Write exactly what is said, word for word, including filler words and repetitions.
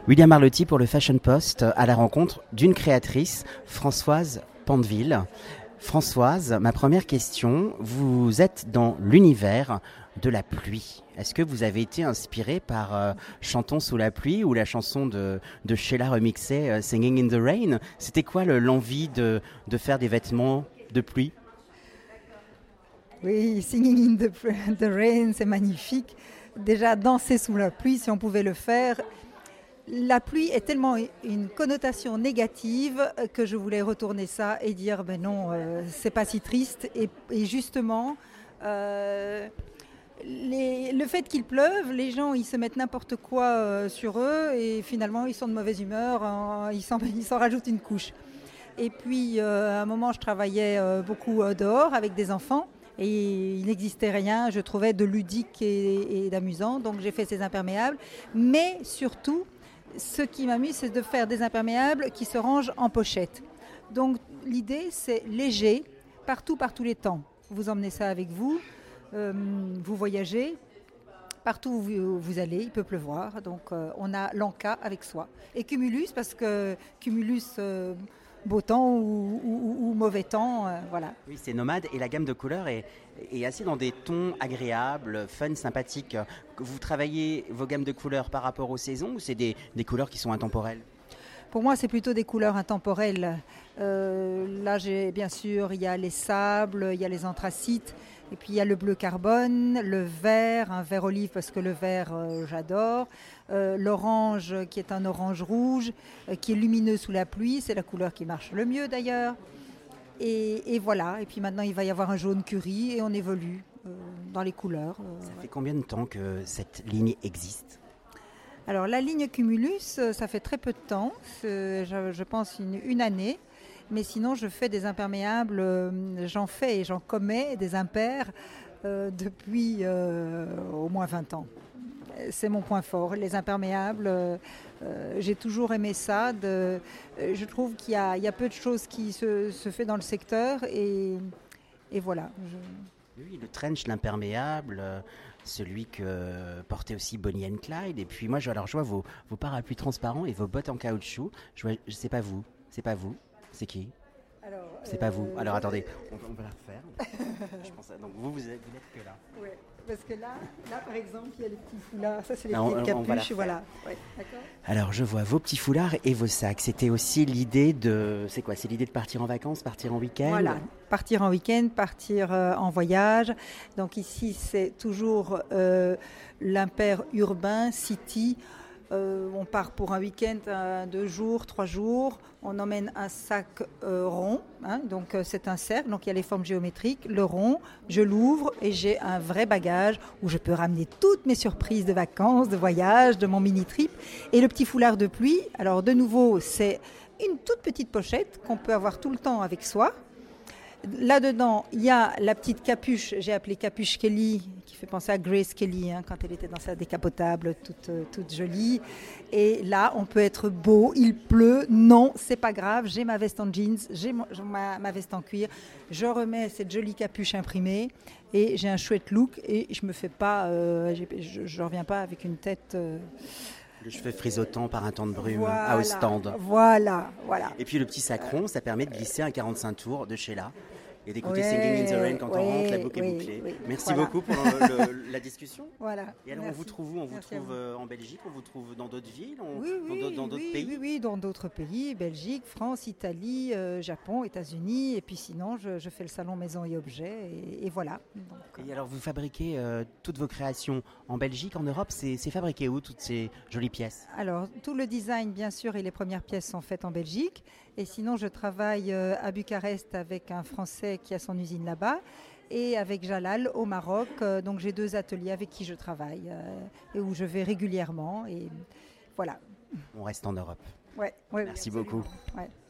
William Arlotti pour le Fashion Post à la rencontre d'une créatrice, Françoise Pandeville. Françoise, ma première question, vous êtes dans l'univers de la pluie. Est-ce que vous avez été inspirée par euh, Chantons sous la pluie ou la chanson de, de Sheila remixée euh, Singing in the Rain? C'était quoi le, l'envie de, de faire des vêtements de pluie? Oui, Singing in the, the Rain, c'est magnifique. Déjà, danser sous la pluie, si on pouvait le faire. La pluie est tellement une connotation négative que je voulais retourner ça et dire ben non, euh, c'est pas si triste. Et, et justement, euh, les, le fait qu'il pleuve, les gens ils se mettent n'importe quoi euh, sur eux et finalement ils sont de mauvaise humeur, hein, ils, s'en, ils s'en rajoutent une couche. Et puis euh, à un moment, je travaillais euh, beaucoup euh, dehors avec des enfants. Et il n'existait rien, je trouvais, de ludique et, et d'amusant. Donc j'ai fait ces imperméables. Mais surtout, ce qui m'amuse, c'est de faire des imperméables qui se rangent en pochette. Donc l'idée, c'est léger, partout, par tous les temps. Vous emmenez ça avec vous, euh, vous voyagez, partout où vous, vous allez, il peut pleuvoir. Donc euh, on a l'Anka avec soi. Et Cumulus, parce que Cumulus... Euh, beau temps ou, ou, ou mauvais temps, euh, voilà. Oui, c'est nomade et la gamme de couleurs est, est assez dans des tons agréables, fun, sympathiques. Vous travaillez vos gammes de couleurs par rapport aux saisons ou c'est des, des couleurs qui sont intemporelles? Pour moi, c'est plutôt des couleurs intemporelles. Euh, là, j'ai, bien sûr, il y a les sables, il y a les anthracites, et puis il y a le bleu carbone, le vert, un vert olive parce que le vert, euh, j'adore. Euh, l'orange qui est un orange rouge, euh, qui est lumineux sous la pluie, c'est la couleur qui marche le mieux d'ailleurs. Et, et voilà, et puis maintenant il va y avoir un jaune curry et on évolue euh, dans les couleurs. Euh, Ça fait combien de temps que cette ligne existe? Alors la ligne Cumulus, ça fait très peu de temps, c'est, je, je pense une, une année. Mais sinon, je fais des imperméables, euh, j'en fais et j'en commets des impairs euh, depuis euh, au moins vingt ans. C'est mon point fort, les imperméables. Euh, j'ai toujours aimé ça. De, euh, je trouve qu'il y a, il y a peu de choses qui se, se fait dans le secteur et, et voilà. Je... Oui, le trench, l'imperméable, euh, celui que portait aussi Bonnie and Clyde. Et puis moi, je, alors, je vois vos, vos parapluies transparents et vos bottes en caoutchouc. Je ne sais pas vous, c'est pas vous. C'est qui? Alors, C'est euh, pas vous. Alors attendez, on, on va la refaire. Je pense à... Donc vous, vous êtes, vous n'êtes que là. Oui, parce que là, là par exemple, il y a les petits foulards. Ça, c'est les non, petites on, capuches. On voilà. Ouais, d'accord. Alors je vois vos petits foulards et vos sacs. C'était aussi l'idée de... C'est quoi? C'est l'idée de partir en vacances, partir en week-end? Voilà, partir en week-end, partir euh, en voyage. Donc ici, c'est toujours euh, l'impair urbain, city. Euh, on part pour un week-end, euh, deux jours, trois jours. On emmène un sac euh, rond, hein, donc euh, c'est un cercle, donc il y a les formes géométriques. Le rond, je l'ouvre et j'ai un vrai bagage où je peux ramener toutes mes surprises de vacances, de voyage, de mon mini-trip. Et le petit foulard de pluie, alors de nouveau, c'est une toute petite pochette qu'on peut avoir tout le temps avec soi. Là-dedans, il y a la petite capuche, j'ai appelé capuche Kelly, qui fait penser à Grace Kelly, hein, quand elle était dans sa décapotable, toute, toute jolie. Et là, on peut être beau, il pleut, non, c'est pas grave, j'ai ma veste en jeans, j'ai ma, ma veste en cuir, je remets cette jolie capuche imprimée et j'ai un chouette look et je me fais pas, euh, je ne reviens pas avec une tête... Euh, Le cheveu frisottant par un temps de brume voilà, à Ostende. Voilà, voilà. Et puis le petit sacron, ça permet de glisser un quarante-cinq tours de Sheila et d'écouter ouais, Singing in the Rain quand ouais, on rentre, la boucle oui, est bouclée. Oui, Merci voilà. beaucoup pour le, le, la discussion. Voilà. Et alors Merci. on vous trouve où? On vous Merci trouve en Belgique, on vous trouve dans d'autres villes, on, oui, oui, dans, dans d'autres oui, pays? Oui, oui, dans d'autres pays, Belgique, France, Italie, euh, Japon, États-Unis. Et puis sinon, je, je fais le salon Maison et Objets et, et voilà. Donc, et alors vous fabriquez euh, toutes vos créations en Belgique, en Europe, c'est, c'est fabriqué où toutes ces jolies pièces? Alors tout le design bien sûr et les premières pièces sont faites en Belgique. Et sinon je travaille euh, à Bucarest avec un Français qui a son usine là-bas. Et avec Jalal au Maroc, euh, donc j'ai deux ateliers avec qui je travaille euh, et où je vais régulièrement et voilà. On reste en Europe. Ouais, ouais, Merci oui, beaucoup. Ouais.